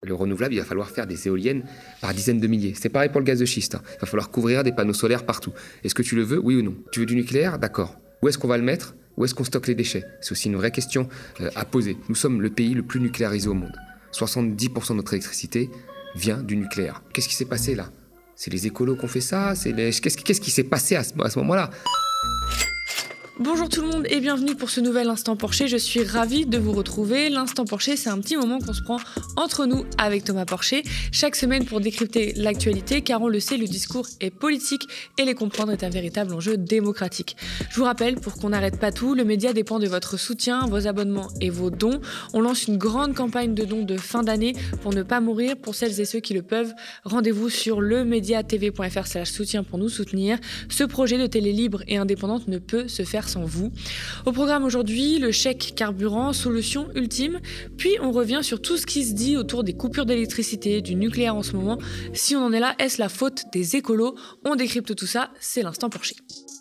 Le renouvelable, il va falloir faire des éoliennes par dizaines de milliers. C'est pareil pour le gaz de schiste. Il va falloir couvrir des panneaux solaires partout. Est-ce que tu le veux, oui ou non? Tu veux du nucléaire? D'accord. Où est-ce qu'on va le mettre? Où est-ce qu'on stocke les déchets? C'est aussi une vraie question à poser. Nous sommes le pays le plus nucléarisé au monde. 70% de notre électricité vient du nucléaire. Qu'est-ce qui s'est passé là? C'est les écolos qui ont fait ça? Qu'est-ce qui s'est passé à ce moment-là? Bonjour tout le monde et bienvenue pour ce nouvel Instant Porcher. Je suis ravie de vous retrouver. L'Instant Porcher, c'est un petit moment qu'on se prend entre nous avec Thomas Porcher chaque semaine pour décrypter l'actualité, car on le sait, le discours est politique et les comprendre est un véritable enjeu démocratique. Je vous rappelle, pour qu'on n'arrête pas tout, le média dépend de votre soutien, vos abonnements et vos dons. On lance une grande campagne de dons de fin d'année pour ne pas mourir. Pour celles et ceux qui le peuvent, rendez-vous sur lemediatv.fr/soutien pour nous soutenir. Ce projet de télé libre et indépendante ne peut se faire sans vous. Au programme aujourd'hui, le chèque carburant, solution ultime. Puis on revient sur tout ce qui se dit autour des coupures d'électricité, du nucléaire en ce moment. Si on en est là, est-ce la faute des écolos? On décrypte tout ça, c'est l'Instant Porcher.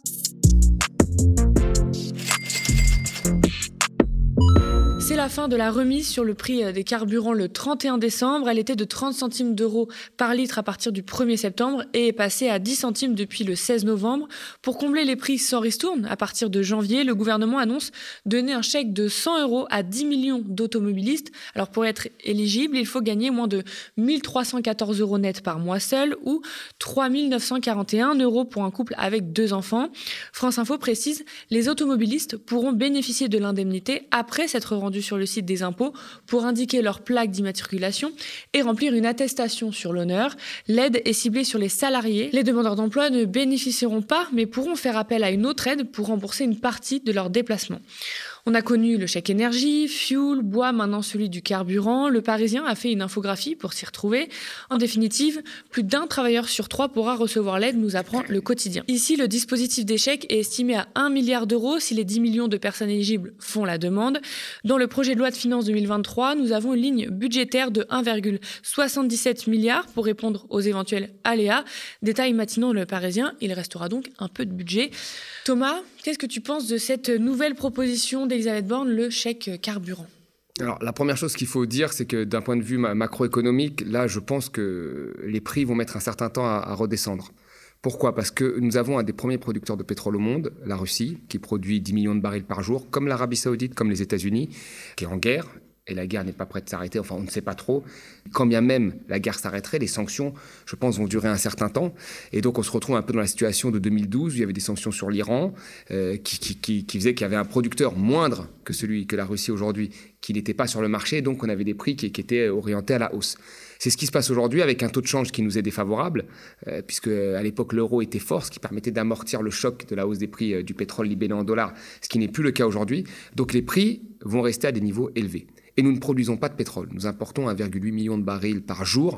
C'est la fin de la remise sur le prix des carburants le 31 décembre. Elle était de 30 centimes d'euros par litre à partir du 1er septembre et est passée à 10 centimes depuis le 16 novembre. Pour combler les prix sans ristourne, à partir de janvier, le gouvernement annonce donner un chèque de 100 euros à 10 millions d'automobilistes. Alors pour être éligible, il faut gagner moins de 1 314 euros net par mois seul ou 3 941 euros pour un couple avec 2 enfants. France Info précise, les automobilistes pourront bénéficier de l'indemnité après s'être rendus sur le site des impôts pour indiquer leur plaque d'immatriculation et remplir une attestation sur l'honneur. L'aide est ciblée sur les salariés. Les demandeurs d'emploi ne bénéficieront pas, mais pourront faire appel à une autre aide pour rembourser une partie de leur déplacement. On a connu le chèque énergie, fuel, bois, maintenant celui du carburant. Le Parisien a fait une infographie pour s'y retrouver. En définitive, plus d'1 travailleur sur 3 pourra recevoir l'aide, nous apprend Le Quotidien. Ici, le dispositif des chèques est estimé à 1 milliard d'euros si les 10 millions de personnes éligibles font la demande. Dans le projet de loi de finances 2023, nous avons une ligne budgétaire de 1,77 milliard pour répondre aux éventuels aléas. Détail matinant Le Parisien, il restera donc un peu de budget. Thomas, qu'est-ce que tu penses de cette nouvelle proposition d'Elisabeth Borne, le chèque carburant? Alors, la première chose qu'il faut dire, c'est que d'un point de vue macroéconomique, là, je pense que les prix vont mettre un certain temps à redescendre. Pourquoi? Parce que nous avons un des premiers producteurs de pétrole au monde, la Russie, qui produit 10 millions de barils par jour, comme l'Arabie Saoudite, comme les États-Unis, qui est en guerre. Et la guerre n'est pas prête de s'arrêter, enfin on ne sait pas trop. Quand bien même la guerre s'arrêterait, les sanctions, je pense, vont durer un certain temps. Et donc on se retrouve un peu dans la situation de 2012, où il y avait des sanctions sur l'Iran, qui faisaient qu'il y avait un producteur moindre que la Russie aujourd'hui, qui n'était pas sur le marché, et donc on avait des prix qui étaient orientés à la hausse. C'est ce qui se passe aujourd'hui avec un taux de change qui nous est défavorable, puisque à l'époque l'euro était fort, ce qui permettait d'amortir le choc de la hausse des prix du pétrole libellé en dollars, ce qui n'est plus le cas aujourd'hui. Donc les prix vont rester à des niveaux élevés. Et nous ne produisons pas de pétrole. Nous importons 1,8 million de barils par jour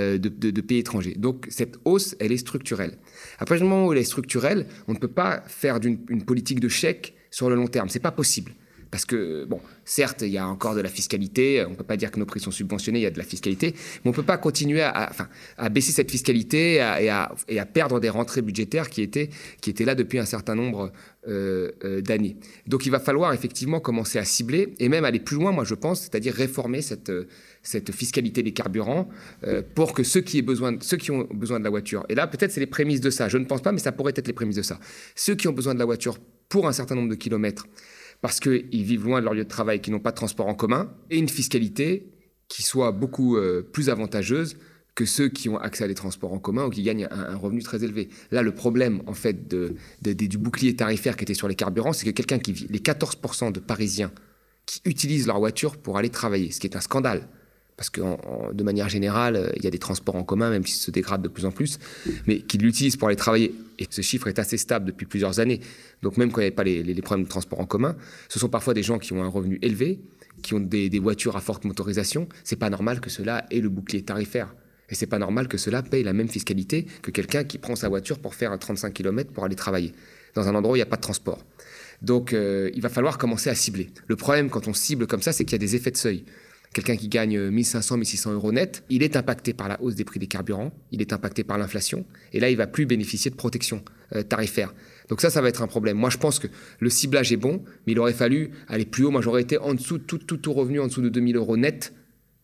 de pays étrangers. Donc cette hausse, elle est structurelle. À partir du moment où elle est structurelle, on ne peut pas faire une politique de chèque sur le long terme. C'est pas possible. Parce que, bon, certes, il y a encore de la fiscalité, on ne peut pas dire que nos prix sont subventionnés, il y a de la fiscalité, mais on ne peut pas continuer à baisser cette fiscalité et à perdre des rentrées budgétaires qui étaient là depuis un certain nombre d'années. Donc il va falloir effectivement commencer à cibler et même aller plus loin, moi je pense, c'est-à-dire réformer cette fiscalité des carburants pour que ceux qui ont besoin de la voiture, et là peut-être c'est les prémices de ça, je ne pense pas, mais ça pourrait être les prémices de ça, ceux qui ont besoin de la voiture pour un certain nombre de kilomètres, parce qu'ils vivent loin de leur lieu de travail, qui n'ont pas de transport en commun, et une fiscalité qui soit beaucoup plus avantageuse que ceux qui ont accès à des transports en commun ou qui gagnent un revenu très élevé. Là, le problème, en fait, du bouclier tarifaire qui était sur les carburants, c'est que quelqu'un qui vit, les 14% de Parisiens qui utilisent leur voiture pour aller travailler, ce qui est un scandale. Parce que de manière générale, il y a des transports en commun, même s'ils se dégradent de plus en plus, mais qui l'utilisent pour aller travailler. Et ce chiffre est assez stable depuis plusieurs années. Donc même quand il n'y avait pas les problèmes de transport en commun, ce sont parfois des gens qui ont un revenu élevé, qui ont des voitures à forte motorisation. C'est pas normal que cela ait le bouclier tarifaire. Et c'est pas normal que cela paye la même fiscalité que quelqu'un qui prend sa voiture pour faire 35 km pour aller travailler, dans un endroit où il n'y a pas de transport. Donc il va falloir commencer à cibler. Le problème quand on cible comme ça, c'est qu'il y a des effets de seuil. Quelqu'un qui gagne 1 500, 1 600 euros net, il est impacté par la hausse des prix des carburants, il est impacté par l'inflation, et là, il ne va plus bénéficier de protection tarifaire. Donc ça va être un problème. Moi, je pense que le ciblage est bon, mais il aurait fallu aller plus haut. Moi, j'aurais été en dessous, tout revenu en dessous de 2 000 euros net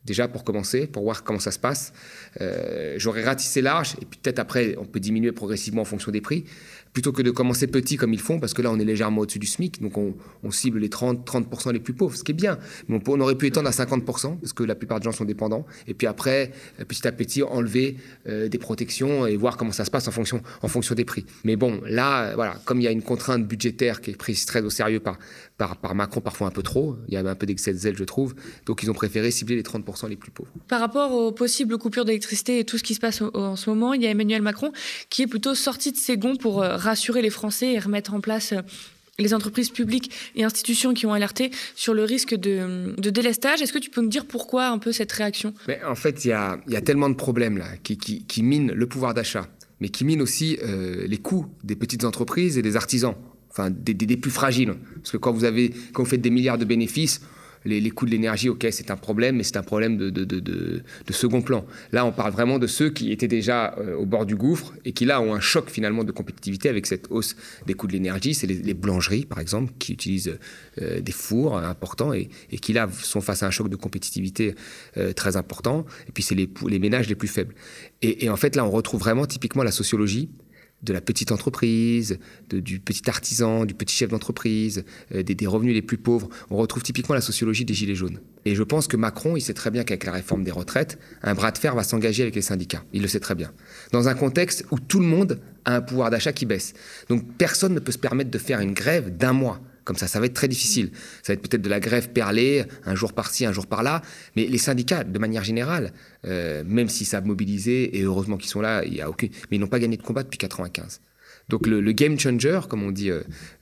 déjà pour commencer, pour voir comment ça se passe. J'aurais ratissé large, et puis peut-être après, on peut diminuer progressivement en fonction des prix, plutôt que de commencer petit comme ils font, parce que là, on est légèrement au-dessus du SMIC, donc on cible les 30% les plus pauvres, ce qui est bien. Mais on aurait pu étendre à 50%, parce que la plupart des gens sont dépendants, et puis après, petit à petit, enlever des protections et voir comment ça se passe en fonction des prix. Mais bon, là, voilà, comme il y a une contrainte budgétaire qui est prise très au sérieux par Macron, parfois un peu trop, il y avait un peu d'excès de zèle, je trouve, donc ils ont préféré cibler les 30% les plus pauvres. Par rapport aux possibles coupures d'électricité et tout ce qui se passe en ce moment, il y a Emmanuel Macron qui est plutôt sorti de ses gonds pour rassurer les Français et remettre en place les entreprises publiques et institutions qui ont alerté sur le risque de délestage. Est-ce que tu peux me dire pourquoi un peu cette réaction ? Mais en fait, il y a tellement de problèmes là qui minent le pouvoir d'achat, mais qui minent aussi les coûts des petites entreprises et des artisans, enfin des plus fragiles. Parce que quand vous faites des milliards de bénéfices, les coûts de l'énergie, ok, c'est un problème, mais c'est un problème de second plan. Là, on parle vraiment de ceux qui étaient déjà au bord du gouffre et qui, là, ont un choc finalement de compétitivité avec cette hausse des coûts de l'énergie. C'est les boulangeries, par exemple, qui utilisent des fours importants et qui, là, sont face à un choc de compétitivité très important. Et puis, c'est les ménages les plus faibles. Et en fait, là, on retrouve vraiment typiquement la sociologie de la petite entreprise, du petit artisan, du petit chef d'entreprise, des revenus les plus pauvres. On retrouve typiquement la sociologie des gilets jaunes. Et je pense que Macron, il sait très bien qu'avec la réforme des retraites, un bras de fer va s'engager avec les syndicats. Il le sait très bien. Dans un contexte où tout le monde a un pouvoir d'achat qui baisse. Donc personne ne peut se permettre de faire une grève d'1 mois. Comme ça va être très difficile. Ça va être peut-être de la grève perlée, un jour par-ci, un jour par-là. Mais les syndicats, de manière générale, même s'ils savent mobiliser, et heureusement qu'ils sont là, mais ils n'ont pas gagné de combat depuis 1995. Donc le game changer, comme on dit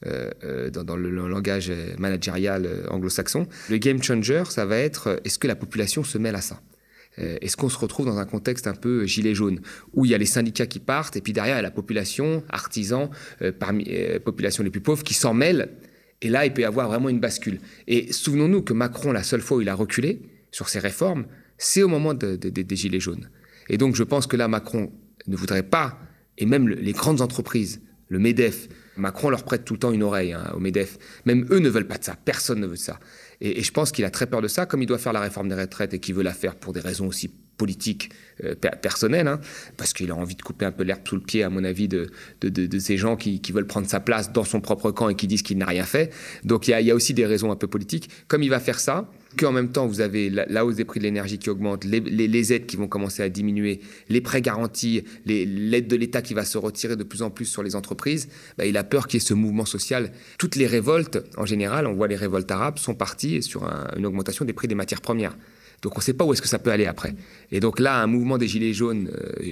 dans le langage managérial anglo-saxon, le game changer, ça va être est-ce que la population se mêle à ça ? Est-ce qu'on se retrouve dans un contexte un peu gilet jaune, où il y a les syndicats qui partent, et puis derrière, il y a la population, artisans, parmi populations les plus pauvres, qui s'en mêlent. Et là, il peut y avoir vraiment une bascule. Et souvenons-nous que Macron, la seule fois où il a reculé sur ses réformes, c'est au moment des Gilets jaunes. Et donc, je pense que là, Macron ne voudrait pas, et même les grandes entreprises, le MEDEF, Macron leur prête tout le temps une oreille au MEDEF. Même eux ne veulent pas de ça. Personne ne veut de ça. Et je pense qu'il a très peur de ça, comme il doit faire la réforme des retraites et qu'il veut la faire pour des raisons aussi politiques, personnelles, parce qu'il a envie de couper un peu l'herbe sous le pied, à mon avis, de ces gens qui veulent prendre sa place dans son propre camp et qui disent qu'il n'a rien fait. Donc il y a aussi des raisons un peu politiques. Comme il va faire ça, qu'en même temps, vous avez la hausse des prix de l'énergie qui augmente, les aides qui vont commencer à diminuer, les prêts garantis, l'aide de l'État qui va se retirer de plus en plus sur les entreprises, il a peur qu'il y ait ce mouvement social. Toutes les révoltes, en général, on voit les révoltes arabes, sont parties sur une augmentation des prix des matières premières. Donc on ne sait pas où est-ce que ça peut aller après. Et donc là, un mouvement des Gilets jaunes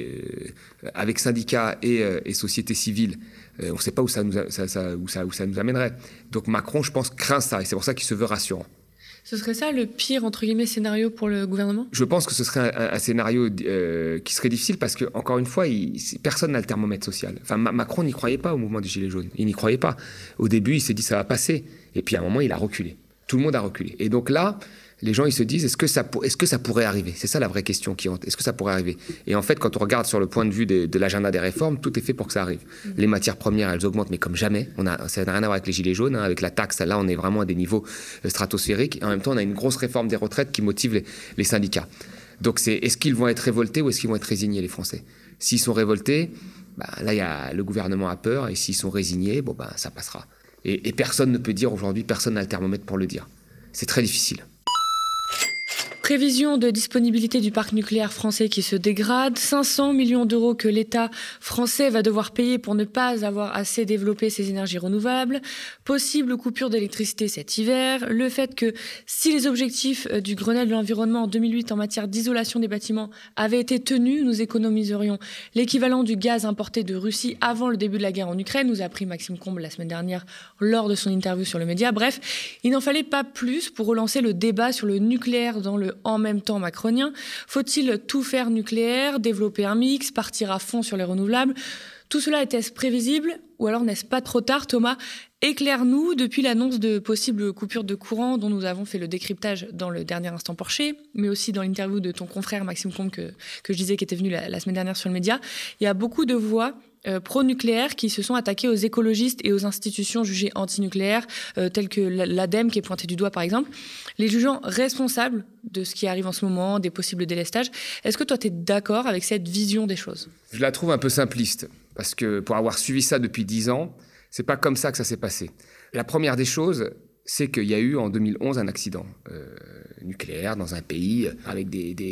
avec syndicats et société civile, on ne sait pas où ça nous amènerait. Donc Macron, je pense, craint ça, et c'est pour ça qu'il se veut rassurant. Ce serait ça le pire, entre guillemets, scénario pour le gouvernement ? Je pense que ce serait un scénario qui serait difficile parce que, encore une fois, personne n'a le thermomètre social. Enfin, Macron n'y croyait pas au mouvement des Gilets jaunes. Il n'y croyait pas. Au début, il s'est dit ça va passer. Et puis à un moment, il a reculé. Tout le monde a reculé. Et donc là, les gens, ils se disent, est-ce que ça pourrait arriver ? C'est ça la vraie question qui hante. Est-ce que ça pourrait arriver ? Et en fait, quand on regarde sur le point de vue de l'agenda des réformes, tout est fait pour que ça arrive. Les matières premières, elles augmentent, mais comme jamais. Ça n'a rien à voir avec les gilets jaunes, avec la taxe. Là, on est vraiment à des niveaux stratosphériques. Et en même temps, on a une grosse réforme des retraites qui motive les syndicats. Donc, est-ce qu'ils vont être révoltés ou est-ce qu'ils vont être résignés, les Français ? S'ils sont révoltés, là, le gouvernement a peur. Et s'ils sont résignés, ça passera. Et personne ne peut dire aujourd'hui, personne n'a le thermomètre pour le dire. C'est très difficile. Prévision de disponibilité du parc nucléaire français qui se dégrade, 500 millions d'euros que l'État français va devoir payer pour ne pas avoir assez développé ses énergies renouvelables, possible coupure d'électricité cet hiver, le fait que si les objectifs du Grenelle de l'environnement en 2008 en matière d'isolation des bâtiments avaient été tenus, nous économiserions l'équivalent du gaz importé de Russie avant le début de la guerre en Ukraine, nous a appris Maxime Combe la semaine dernière lors de son interview sur le Média. Bref, il n'en fallait pas plus pour relancer le débat sur le nucléaire dans le en même temps macronien. Faut-il tout faire nucléaire, développer un mix, partir à fond sur les renouvelables ? Tout cela était-ce prévisible ou alors n'est-ce pas trop tard, Thomas? Éclaire-nous, depuis l'annonce de possibles coupures de courant dont nous avons fait le décryptage dans le dernier Instant Porcher, mais aussi dans l'interview de ton confrère Maxime Combe que je disais qui était venu la semaine dernière sur le Média, il y a beaucoup de voix pro-nucléaires qui se sont attaquées aux écologistes et aux institutions jugées anti-nucléaires, telles que l'ADEME qui est pointée du doigt par exemple, les jugeant responsables de ce qui arrive en ce moment, des possibles délestages. Est-ce que toi tu es d'accord avec cette vision des choses? Je la trouve un peu simpliste, parce que pour avoir suivi ça depuis 10 ans, c'est pas comme ça que ça s'est passé. La première des choses, c'est qu'il y a eu en 2011 un accident nucléaire dans un pays avec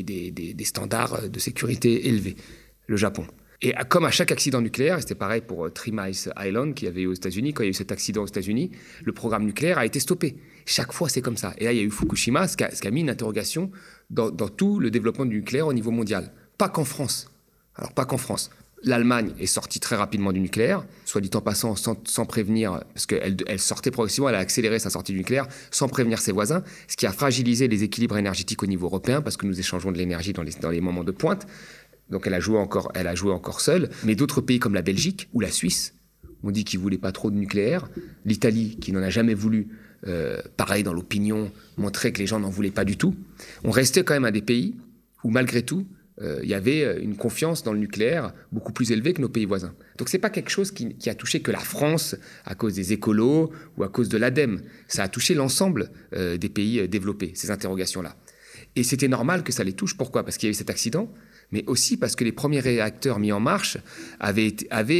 des standards de sécurité élevés, le Japon. Et comme à chaque accident nucléaire, et c'était pareil pour Three Mile Island qui avait eu aux États-Unis, quand il y a eu cet accident aux États-Unis, le programme nucléaire a été stoppé. Chaque fois, c'est comme ça. Et là, il y a eu Fukushima, ce qui a mis une interrogation dans tout le développement du nucléaire au niveau mondial. Pas qu'en France. Alors, pas qu'en France. L'Allemagne est sortie très rapidement du nucléaire, soit dit en passant sans prévenir, parce qu'elle sortait progressivement, elle a accéléré sa sortie du nucléaire sans prévenir ses voisins, ce qui a fragilisé les équilibres énergétiques au niveau européen, parce que nous échangeons de l'énergie dans les moments de pointe. Donc elle a joué encore seule. Mais d'autres pays comme la Belgique ou la Suisse ont dit qu'ils ne voulaient pas trop de nucléaire. L'Italie, qui n'en a jamais voulu, pareil dans l'opinion, montrait que les gens n'en voulaient pas du tout. On restait quand même à des pays où malgré tout, il y avait une confiance dans le nucléaire beaucoup plus élevée que nos pays voisins. Donc ce n'est pas quelque chose qui a touché que la France à cause des écolos ou à cause de l'ADEME. Ça a touché l'ensemble des pays développés, ces interrogations-là. Et c'était normal que ça les touche. Pourquoi? Parce qu'il y a eu cet accident, mais aussi parce que les premiers réacteurs mis en marche avaient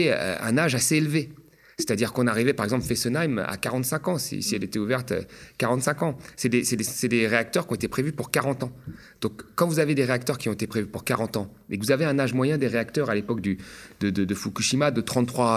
un âge assez élevé. C'est-à-dire qu'on arrivait, par exemple, Fessenheim à 45 ans, si elle était ouverte 45 ans. C'est des réacteurs qui ont été prévus pour 40 ans. Donc, quand vous avez des réacteurs qui ont été prévus pour 40 ans, et que vous avez un âge moyen des réacteurs à l'époque de Fukushima de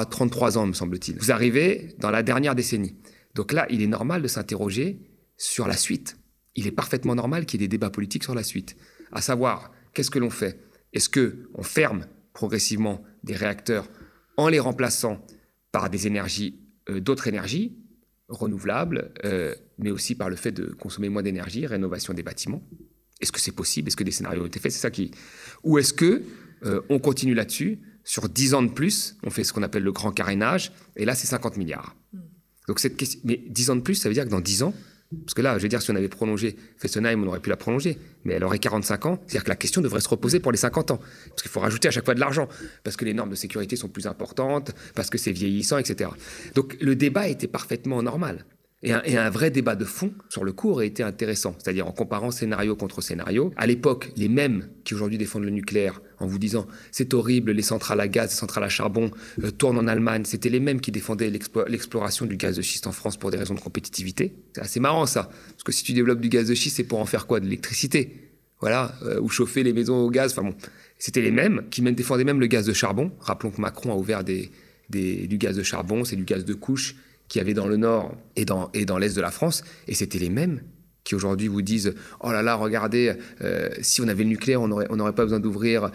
33 ans, me semble-t-il, vous arrivez dans la dernière décennie. Donc là, il est normal de s'interroger sur la suite. Il est parfaitement normal qu'il y ait des débats politiques sur la suite. À savoir, qu'est-ce que l'on fait? Est-ce qu'on ferme progressivement des réacteurs en les remplaçant par des énergies, d'autres énergies renouvelables, mais aussi par le fait de consommer moins d'énergie, rénovation des bâtiments? Est-ce que c'est possible? Est-ce que des scénarios ont été faits? Ou est-ce qu'on continue là-dessus? Sur 10 ans de plus, on fait ce qu'on appelle le grand carénage, et là, c'est 50 milliards. Donc cette question, mais 10 ans de plus, ça veut dire que dans 10 ans, parce que là, je veux dire, si on avait prolongé Fessenheim, on aurait pu la prolonger, mais elle aurait 45 ans, c'est-à-dire que la question devrait se reposer pour les 50 ans. Parce qu'il faut rajouter à chaque fois de l'argent, parce que les normes de sécurité sont plus importantes, parce que c'est vieillissant, etc. Donc le débat était parfaitement normal. Et un vrai débat de fond sur le coup aurait été intéressant, c'est-à-dire en comparant scénario contre scénario. À l'époque, les mêmes qui aujourd'hui défendent le nucléaire en vous disant c'est horrible, les centrales à gaz, les centrales à charbon tournent en Allemagne, c'était les mêmes qui défendaient l'exploration du gaz de schiste en France pour des raisons de compétitivité. C'est assez marrant ça, parce que si tu développes du gaz de schiste, c'est pour en faire quoi? De l'électricité, voilà, ou chauffer les maisons au gaz. Enfin bon, c'était les mêmes qui même défendaient même le gaz de charbon. Rappelons que Macron a ouvert du gaz de charbon, c'est du gaz de couche qu'il y avait dans le nord et dans l'est de la France, et c'était les mêmes qui aujourd'hui vous disent « Oh là là, regardez, si on avait le nucléaire, on n'aurait pas besoin d'ouvrir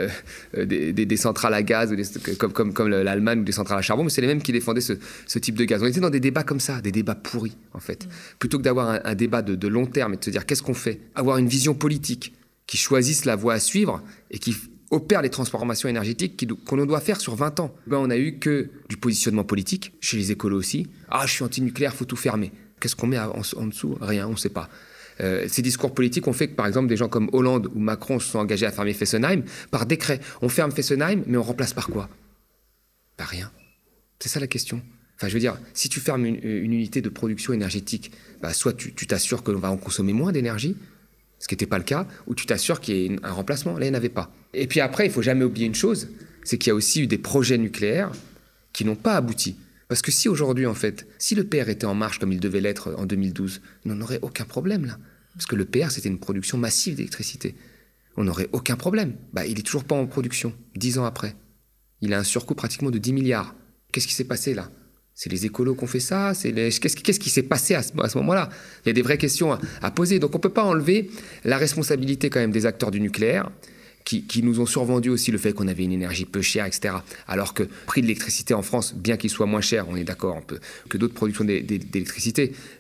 des centrales à gaz, comme l'Allemagne, ou des centrales à charbon », mais c'est les mêmes qui défendaient ce type de gaz. On était dans des débats comme ça, des débats pourris, en fait. Plutôt que d'avoir un débat de long terme et de se dire « Qu'est-ce qu'on fait ?» Avoir une vision politique qui choisisse la voie à suivre et qui opère les transformations énergétiques qu'on doit faire sur 20 ans. On a eu que du positionnement politique, chez les écolos aussi. « Ah, je suis anti-nucléaire, il faut tout fermer. » Qu'est-ce qu'on met en dessous? Rien, on ne sait pas. Ces discours politiques ont fait que, par exemple, des gens comme Hollande ou Macron se sont engagés à fermer Fessenheim par décret. On ferme Fessenheim, mais on remplace par quoi? Par rien. C'est ça la question. Enfin, je veux dire, si tu fermes une unité de production énergétique, soit tu t'assures que l'on va en consommer moins d'énergie, ce qui n'était pas le cas, ou tu t'assures qu'il y ait un remplacement. Là, il n'y en avait pas. Et puis après, il ne faut jamais oublier une chose, c'est qu'il y a aussi eu des projets nucléaires qui n'ont pas abouti. Parce que si aujourd'hui, en fait, si le l'EPR était en marche comme il devait l'être en 2012, on n'en aurait aucun problème, là. Parce que le l'EPR, c'était une production massive d'électricité. On n'aurait aucun problème. Il n'est toujours pas en production, 10 ans après. Il a un surcoût pratiquement de 10 milliards. Qu'est-ce qui s'est passé, là? C'est les écolos qui ont fait ça? Qu'est-ce qui s'est passé à ce moment-là? Il y a des vraies questions à poser. Donc on ne peut pas enlever la responsabilité quand même des acteurs du nucléaire qui nous ont survendu aussi le fait qu'on avait une énergie peu chère, etc. Alors que le prix de l'électricité en France, bien qu'il soit moins cher, on est d'accord que d'autres productions d'électricité,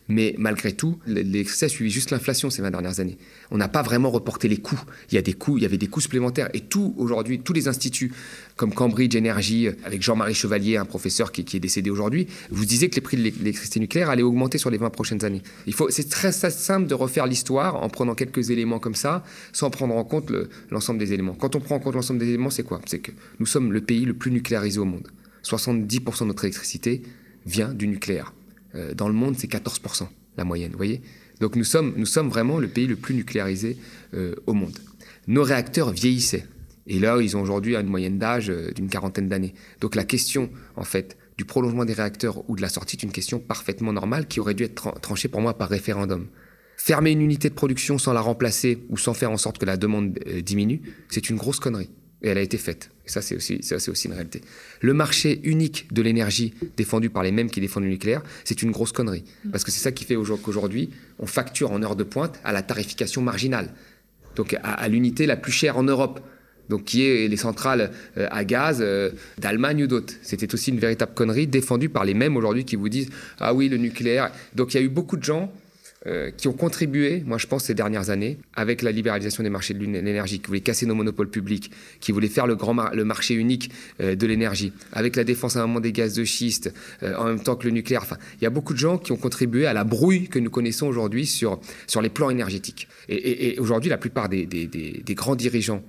Mais malgré tout, l'électricité a suivi juste l'inflation ces 20 dernières années. On n'a pas vraiment reporté les coûts. Il y avait des coûts supplémentaires. Et aujourd'hui, tous les instituts, comme Cambridge Energy, avec Jean-Marie Chevalier, un professeur qui est décédé aujourd'hui, vous disiez que les prix de l'électricité nucléaire allaient augmenter sur les 20 prochaines années. C'est très simple de refaire l'histoire en prenant quelques éléments comme ça, sans prendre en compte l'ensemble des éléments. Quand on prend en compte l'ensemble des éléments, c'est quoi ? C'est que nous sommes le pays le plus nucléarisé au monde. 70% de notre électricité vient du nucléaire. Dans le monde, c'est 14%, la moyenne, vous voyez ? Donc nous sommes vraiment le pays le plus nucléarisé au monde. Nos réacteurs vieillissaient. Et là, ils ont aujourd'hui une moyenne d'âge d'une 40aine d'années. Donc la question, en fait, du prolongement des réacteurs ou de la sortie est une question parfaitement normale qui aurait dû être tranchée pour moi par référendum. Fermer une unité de production sans la remplacer ou sans faire en sorte que la demande diminue, c'est une grosse connerie. Et elle a été faite. Et ça, c'est aussi une réalité. Le marché unique de l'énergie défendu par les mêmes qui défendent le nucléaire, c'est une grosse connerie. Parce que c'est ça qui fait qu'aujourd'hui, on facture en heure de pointe à la tarification marginale. Donc à l'unité la plus chère en Europe. Donc qui est les centrales à gaz d'Allemagne ou d'autres. C'était aussi une véritable connerie défendue par les mêmes aujourd'hui qui vous disent « Ah oui, le nucléaire ». Donc il y a eu beaucoup de gens qui ont contribué, moi je pense, ces dernières années, avec la libéralisation des marchés de l'énergie, qui voulaient casser nos monopoles publics, qui voulaient faire le marché unique de l'énergie, avec la défense à un moment des gaz de schiste, en même temps que le nucléaire. Enfin, il y a beaucoup de gens qui ont contribué à la brouille que nous connaissons aujourd'hui sur les plans énergétiques. Et aujourd'hui, la plupart des grands dirigeants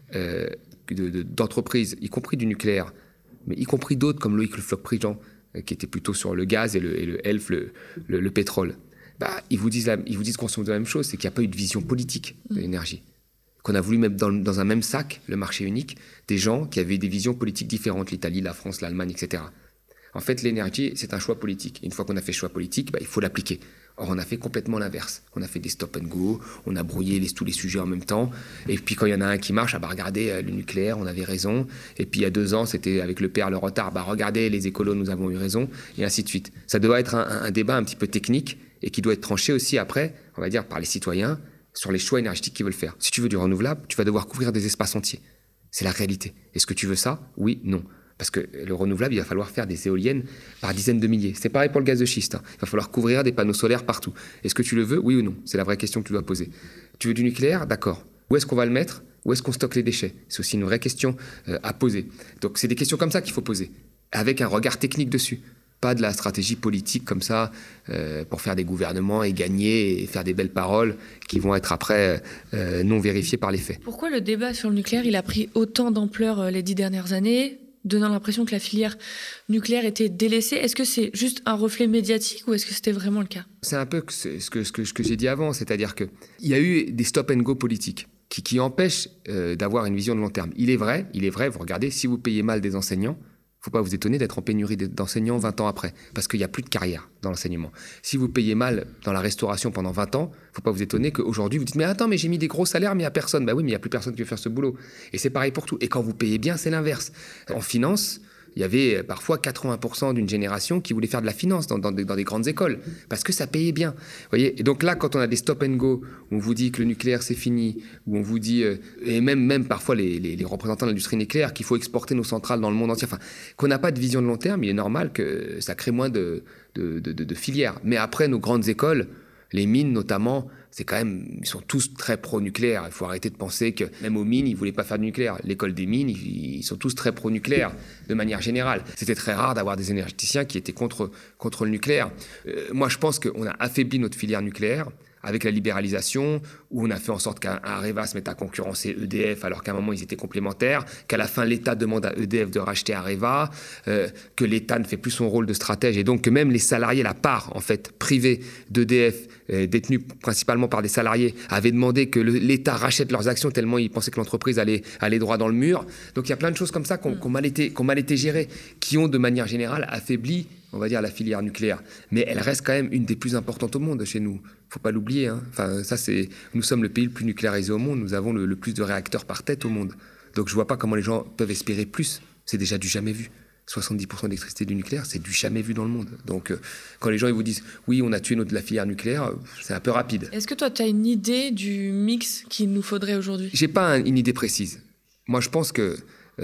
d'entreprises, y compris du nucléaire, mais y compris d'autres comme Loïc Le Floch-Prigent, qui était plutôt sur le gaz et le ELF, le pétrole, ils vous disent grosso modo la même chose, c'est qu'il n'y a pas eu de vision politique de l'énergie. Qu'on a voulu mettre dans un même sac, le marché unique, des gens qui avaient des visions politiques différentes, l'Italie, la France, l'Allemagne, etc. En fait, l'énergie, c'est un choix politique. Et une fois qu'on a fait ce choix politique, il faut l'appliquer. Or, on a fait complètement l'inverse. On a fait des stop and go, on a brouillé tous les sujets en même temps. Et puis, quand il y en a un qui marche, regardez, le nucléaire, on avait raison. Et puis, il y a 2 ans, c'était avec le PR, le retard. Regardez, les écolos, nous avons eu raison. Et ainsi de suite. Ça doit être un débat un petit peu technique et qui doit être tranché aussi après, on va dire, par les citoyens sur les choix énergétiques qu'ils veulent faire. Si tu veux du renouvelable, tu vas devoir couvrir des espaces entiers. C'est la réalité. Est-ce que tu veux ça ? Oui, non. Parce que le renouvelable, il va falloir faire des éoliennes par dizaines de milliers. C'est pareil pour le gaz de schiste. Il va falloir couvrir des panneaux solaires partout. Est-ce que tu le veux ? Oui ou non ? C'est la vraie question que tu dois poser. Tu veux du nucléaire ? D'accord. Où est-ce qu'on va le mettre ? Où est-ce qu'on stocke les déchets ? C'est aussi une vraie question à poser. Donc c'est des questions comme ça qu'il faut poser, avec un regard technique dessus. Pas de la stratégie politique comme ça pour faire des gouvernements et gagner et faire des belles paroles qui vont être après non vérifiées par les faits. Pourquoi le débat sur le nucléaire il a pris autant d'ampleur les 10 dernières années, donnant l'impression que la filière nucléaire était délaissée ? Est-ce que c'est juste un reflet médiatique ou est-ce que c'était vraiment le cas ? C'est un peu ce que j'ai dit avant, c'est-à-dire qu'il y a eu des stop and go politiques qui empêchent d'avoir une vision de long terme. Il est vrai, vous regardez, si vous payez mal des enseignants, il ne faut pas vous étonner d'être en pénurie d'enseignants 20 ans après, parce qu'il n'y a plus de carrière dans l'enseignement. Si vous payez mal dans la restauration pendant 20 ans, il ne faut pas vous étonner qu'aujourd'hui vous dites « Mais attends, mais j'ai mis des gros salaires, mais il n'y a personne. » Oui, mais il n'y a plus personne qui veut faire ce boulot. Et c'est pareil pour tout. Et quand vous payez bien, c'est l'inverse. En finance, il y avait parfois 80% d'une génération qui voulait faire de la finance dans des grandes écoles, parce que ça payait bien. Vous voyez ? Et donc là, quand on a des stop and go, où on vous dit que le nucléaire c'est fini, où on vous dit, et même parfois les représentants de l'industrie nucléaire, qu'il faut exporter nos centrales dans le monde entier, enfin, qu'on n'a pas de vision de long terme, il est normal que ça crée moins de filières. Mais après, nos grandes écoles, les mines notamment, c'est quand même, ils sont tous très pro-nucléaire. Il faut arrêter de penser que même aux mines, ils ne voulaient pas faire de nucléaire. L'école des mines, ils sont tous très pro-nucléaire, de manière générale. C'était très rare d'avoir des énergéticiens qui étaient contre le nucléaire. Moi, je pense qu'on a affaibli notre filière nucléaire avec la libéralisation, où on a fait en sorte qu'Areva se mette à concurrencer EDF, alors qu'à un moment, ils étaient complémentaires, qu'à la fin, l'État demande à EDF de racheter Areva, que l'État ne fait plus son rôle de stratège, et donc que même les salariés, la part, en fait, privée d'EDF, détenue principalement par des salariés, avaient demandé que l'État rachète leurs actions tellement ils pensaient que l'entreprise allait droit dans le mur. Donc il y a plein de choses comme ça qui ont mal été gérées, qui ont de manière générale affaibli, on va dire, la filière nucléaire. Mais elle reste quand même une des plus importantes au monde chez nous. Faut pas l'oublier. Enfin, nous sommes le pays le plus nucléarisé au monde. Nous avons le plus de réacteurs par tête au monde. Donc je vois pas comment les gens peuvent espérer plus. C'est déjà du jamais vu. 70% d'électricité du nucléaire, c'est du jamais vu dans le monde. Donc quand les gens ils vous disent « oui, on a tué la filière nucléaire », c'est un peu rapide. Est-ce que toi, tu as une idée du mix qu'il nous faudrait aujourd'hui ? J'ai pas une idée précise. Moi, je pense que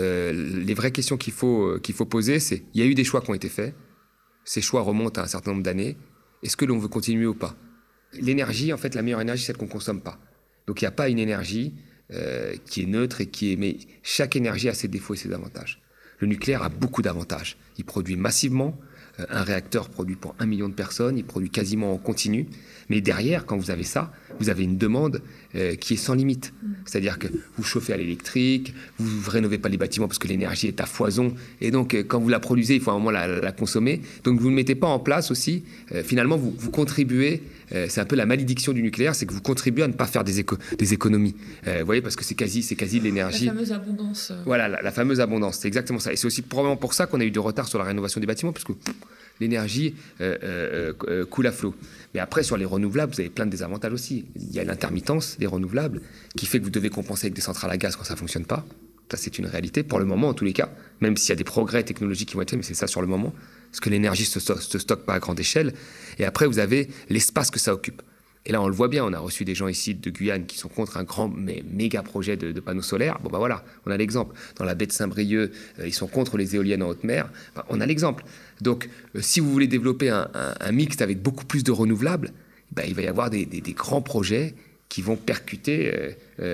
les vraies questions qu'il faut poser, c'est il y a eu des choix qui ont été faits. Ces choix remontent à un certain nombre d'années. Est-ce que l'on veut continuer ou pas? L'énergie, en fait, la meilleure énergie, c'est celle qu'on ne consomme pas. Donc il n'y a pas une énergie qui est neutre et qui est... Mais chaque énergie a ses défauts et ses avantages. Le nucléaire a beaucoup d'avantages. Il produit massivement. Un réacteur produit pour 1 million de personnes, il produit quasiment en continu. Mais derrière, quand vous avez ça, vous avez une demande qui est sans limite. C'est-à-dire que vous chauffez à l'électrique, vous ne rénovez pas les bâtiments parce que l'énergie est à foison. Et donc, quand vous la produisez, il faut à un moment la consommer. Donc, vous ne mettez pas en place aussi. Finalement, vous contribuez. C'est un peu la malédiction du nucléaire, c'est que vous contribuez à ne pas faire des économies. Vous voyez, parce que c'est quasi de l'énergie. La fameuse abondance. Voilà, la fameuse abondance, c'est exactement ça. Et c'est aussi probablement pour ça qu'on a eu du retard sur la rénovation des bâtiments, parce que l'énergie coule à flot. Mais après, sur les renouvelables, vous avez plein de désavantages aussi. Il y a l'intermittence des renouvelables qui fait que vous devez compenser avec des centrales à gaz quand ça ne fonctionne pas. Ça, c'est une réalité, pour le moment en tous les cas, même s'il y a des progrès technologiques qui vont être faits, mais c'est ça sur le moment, parce que l'énergie ne se stocke pas à grande échelle. Et après, vous avez l'espace que ça occupe. Et là, on le voit bien, on a reçu des gens ici de Guyane qui sont contre un grand, mais méga projet de panneaux solaires. Bon, ben voilà, on a l'exemple. Dans la baie de Saint-Brieuc, ils sont contre les éoliennes en haute mer. Ben, on a l'exemple. Donc, si vous voulez développer un mix avec beaucoup plus de renouvelables, ben, il va y avoir des grands projets qui vont percuter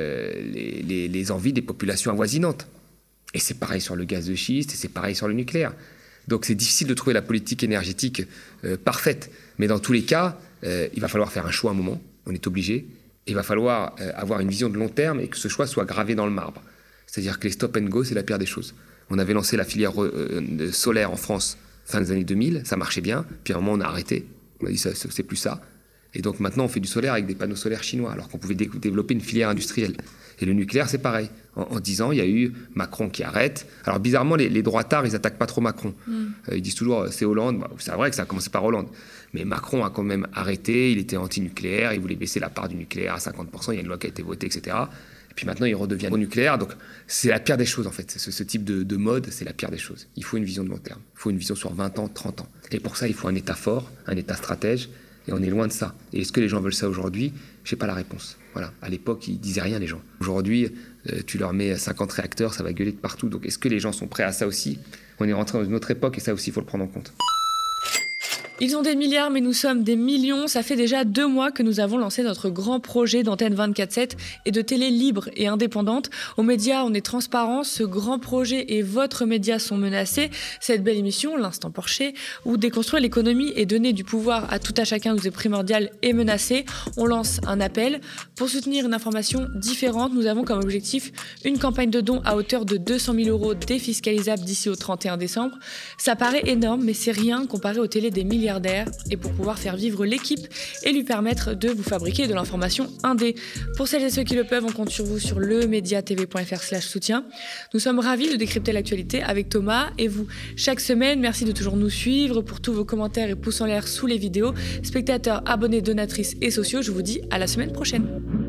les envies des populations avoisinantes. Et c'est pareil sur le gaz de schiste, et c'est pareil sur le nucléaire. Donc, c'est difficile de trouver la politique énergétique parfaite. Mais dans tous les cas, il va falloir faire un choix à un moment, on est obligé. Il va falloir avoir une vision de long terme et que ce choix soit gravé dans le marbre. C'est-à-dire que les stop and go, c'est la pire des choses. On avait lancé la filière solaire en France fin des années 2000, ça marchait bien, puis à un moment on a arrêté, on a dit c'est plus ça. Et donc maintenant on fait du solaire avec des panneaux solaires chinois, alors qu'on pouvait développer une filière industrielle. Et le nucléaire c'est pareil. En 10 ans, il y a eu Macron qui arrête. Alors bizarrement, les droitards, ils n'attaquent pas trop Macron. Ils disent toujours c'est Hollande. Bah, c'est vrai que ça a commencé par Hollande. Mais Macron a quand même arrêté, il était anti-nucléaire, il voulait baisser la part du nucléaire à 50%, il y a une loi qui a été votée, etc. Et puis maintenant, il redevient pro-nucléaire. Donc c'est la pire des choses en fait. Ce type de mode, c'est la pire des choses. Il faut une vision de long terme. Il faut une vision sur 20 ans, 30 ans. Et pour ça, il faut un État fort, un État stratège. Et on est loin de ça. Et est-ce que les gens veulent ça aujourd'hui? Je n'ai pas la réponse. Voilà. À l'époque, ils disaient rien, les gens. Aujourd'hui, tu leur mets 50 réacteurs, ça va gueuler de partout. Donc est-ce que les gens sont prêts à ça aussi? On est rentré dans une autre époque et ça aussi, il faut le prendre en compte. Ils ont des milliards, mais nous sommes des millions. Ça fait déjà 2 mois que nous avons lancé notre grand projet d'antenne 24/7 et de télé libre et indépendante. Aux médias, on est transparent. Ce grand projet et votre média sont menacés. Cette belle émission, l'Instant Porcher, où déconstruire l'économie et donner du pouvoir à tout à chacun nous est primordial et menacé. On lance un appel. Pour soutenir une information différente, nous avons comme objectif une campagne de dons à hauteur de 200 000 € défiscalisables d'ici au 31 décembre. Ça paraît énorme, mais c'est rien comparé aux télés des milliardaires et pour pouvoir faire vivre l'équipe et lui permettre de vous fabriquer de l'information indé. Pour celles et ceux qui le peuvent, on compte sur vous sur lemediatv.fr/soutien. Nous sommes ravis de décrypter l'actualité avec Thomas et vous chaque semaine. Merci de toujours nous suivre pour tous vos commentaires et pouces en l'air sous les vidéos. Spectateurs, abonnés, donatrices et sociaux, je vous dis à la semaine prochaine.